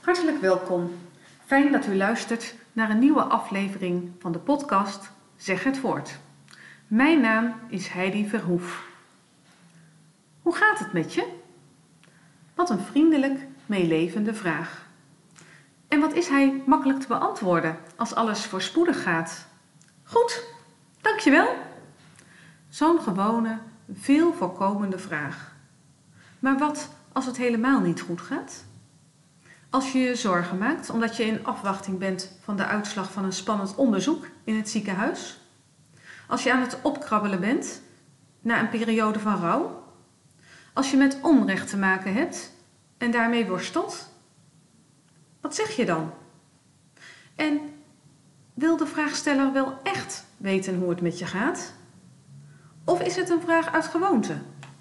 Hartelijk welkom. Fijn dat u luistert naar een nieuwe aflevering van de podcast Zeg het voort. Mijn naam is Heidi Verhoef. Hoe gaat het met je? Wat een vriendelijk, meelevende vraag. En wat is hij makkelijk te beantwoorden als alles voorspoedig gaat? Goed, dankjewel. Zo'n gewone, veel voorkomende vraag. Maar wat als het helemaal niet goed gaat? Als je je zorgen maakt omdat je in afwachting bent van de uitslag van een spannend onderzoek in het ziekenhuis? Als je aan het opkrabbelen bent na een periode van rouw? Als je met onrecht te maken hebt en daarmee worstelt? Wat zeg je dan? En wil de vraagsteller wel echt weten hoe het met je gaat? Of is het een vraag uit gewoonte?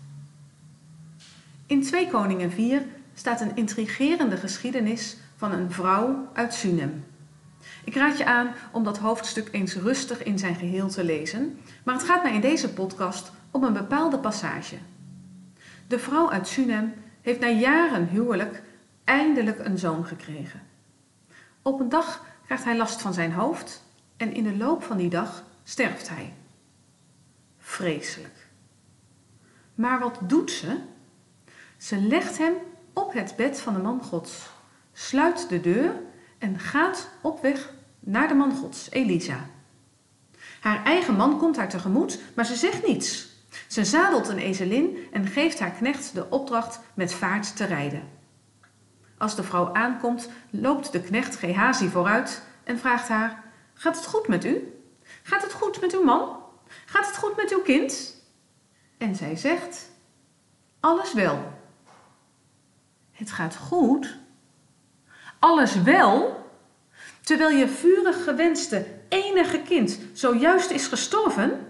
In 2 Koningen 4 staat een intrigerende geschiedenis van een vrouw uit Sunem. Ik raad je aan om dat hoofdstuk eens rustig in zijn geheel te lezen, maar het gaat mij in deze podcast om een bepaalde passage. De vrouw uit Sunem heeft na jaren huwelijk eindelijk een zoon gekregen. Op een dag krijgt hij last van zijn hoofd en in de loop van die dag sterft hij. Vreselijk. Maar wat doet ze? Ze legt hem op het bed van de man Gods, sluit de deur en gaat op weg naar de man Gods, Elisa. Haar eigen man komt haar tegemoet, maar ze zegt niets. Ze zadelt een ezelin en geeft haar knecht de opdracht met vaart te rijden. Als de vrouw aankomt, loopt de knecht Gehazi vooruit en vraagt haar: gaat het goed met u? Gaat het goed met uw man? Gaat het goed met uw kind? En zij zegt: alles wel. Het gaat goed? Alles wel? Terwijl je vurig gewenste enige kind zojuist is gestorven?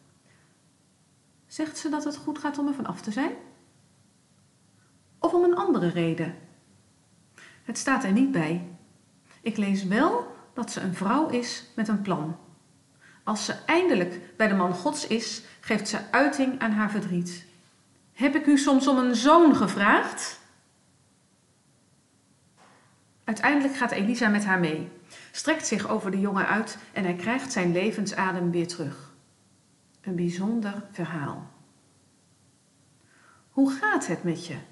Zegt ze dat het goed gaat om er van af te zijn? Of om een andere reden? Het staat er niet bij. Ik lees wel dat ze een vrouw is met een plan. Als ze eindelijk bij de man Gods is, geeft ze uiting aan haar verdriet. Heb ik u soms om een zoon gevraagd? Uiteindelijk gaat Elisa met haar mee, strekt zich over de jongen uit en hij krijgt zijn levensadem weer terug. Een bijzonder verhaal. Hoe gaat het met je?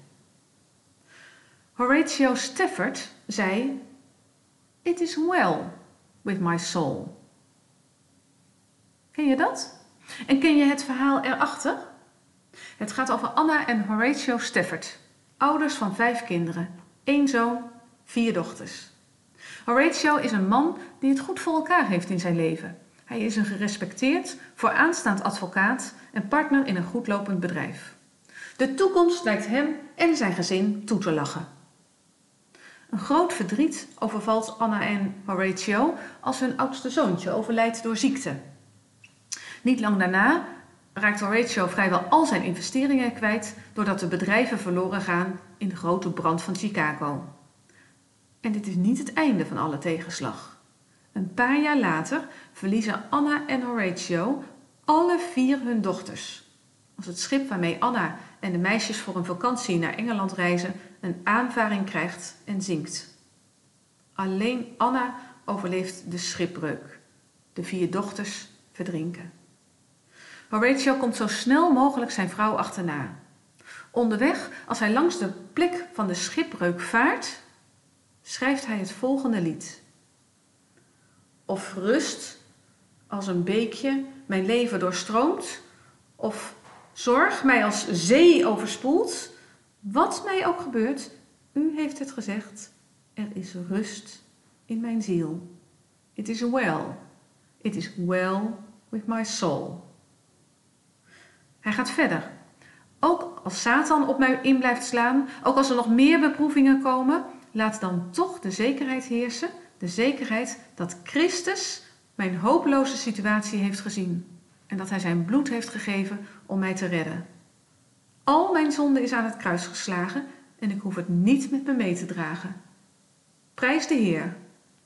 Horatio Stafford zei: It is well with my soul. Ken je dat? En ken je het verhaal erachter? Het gaat over Anna en Horatio Stafford, ouders van 5 kinderen, 1 zoon, 4 dochters. Horatio is een man die het goed voor elkaar heeft in zijn leven. Hij is een gerespecteerd, vooraanstaand advocaat en partner in een goedlopend bedrijf. De toekomst lijkt hem en zijn gezin toe te lachen. Een groot verdriet overvalt Anna en Horatio als hun oudste zoontje overlijdt door ziekte. Niet lang daarna raakt Horatio vrijwel al zijn investeringen kwijt doordat de bedrijven verloren gaan in de grote brand van Chicago. En dit is niet het einde van alle tegenslag. Een paar jaar later verliezen Anna en Horatio alle 4 hun dochters. Als het schip waarmee Anna en de meisjes voor een vakantie naar Engeland reizen een aanvaring krijgt en zinkt. Alleen Anna overleeft de schipbreuk. De 4 dochters verdrinken. Horatio komt zo snel mogelijk zijn vrouw achterna. Onderweg, als hij langs de plek van de schipbreuk vaart, schrijft hij het volgende lied. Of rust als een beekje mijn leven doorstroomt, of zorg mij als zee overspoelt, wat mij ook gebeurt, u heeft het gezegd, er is rust in mijn ziel. It is well with my soul. Hij gaat verder. Ook als Satan op mij in blijft slaan, ook als er nog meer beproevingen komen, laat dan toch de zekerheid heersen, de zekerheid dat Christus mijn hopeloze situatie heeft gezien en dat hij zijn bloed heeft gegeven om mij te redden. Al mijn zonde is aan het kruis geslagen en ik hoef het niet met me mee te dragen. Prijs de Heer.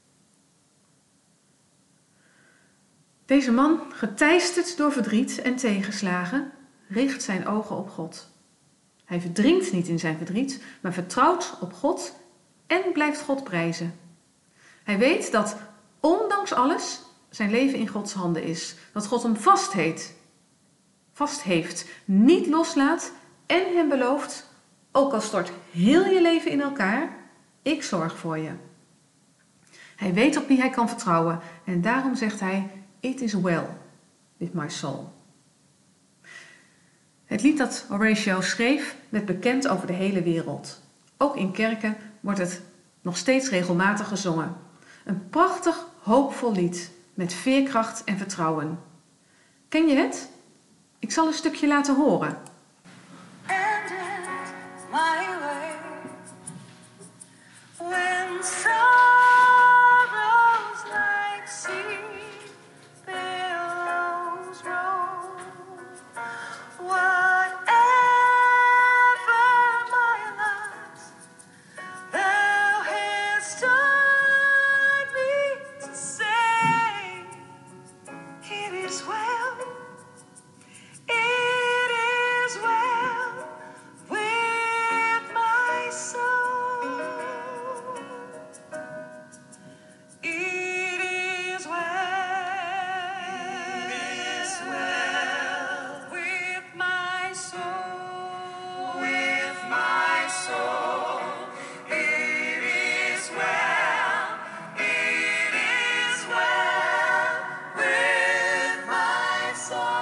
Deze man, geteisterd door verdriet en tegenslagen, richt zijn ogen op God. Hij verdrinkt niet in zijn verdriet, maar vertrouwt op God en blijft God prijzen. Hij weet dat, ondanks alles, zijn leven in Gods handen is. Dat God hem vast heeft, niet loslaat en hem belooft, ook al stort heel je leven in elkaar, ik zorg voor je. Hij weet op wie hij kan vertrouwen en daarom zegt hij, it is well with my soul. Het lied dat Horatio schreef werd bekend over de hele wereld. Ook in kerken wordt het nog steeds regelmatig gezongen. Een prachtig, hoopvol lied met veerkracht en vertrouwen. Ken je het? Ik zal een stukje laten horen. And in my way, when sorrows like sea billows roll, whatever my lot, thou hast taught me to say, it is well. It is well with my soul. It is well. It is well with my soul. With my soul. It is well. It is well with my soul.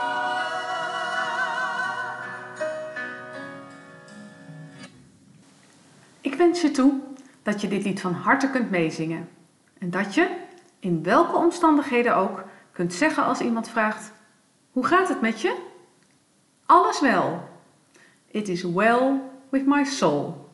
Ik wens je toe dat je dit lied van harte kunt meezingen. En dat je, in welke omstandigheden ook, kunt zeggen als iemand vraagt, hoe gaat het met je? Alles wel. It is well with my soul.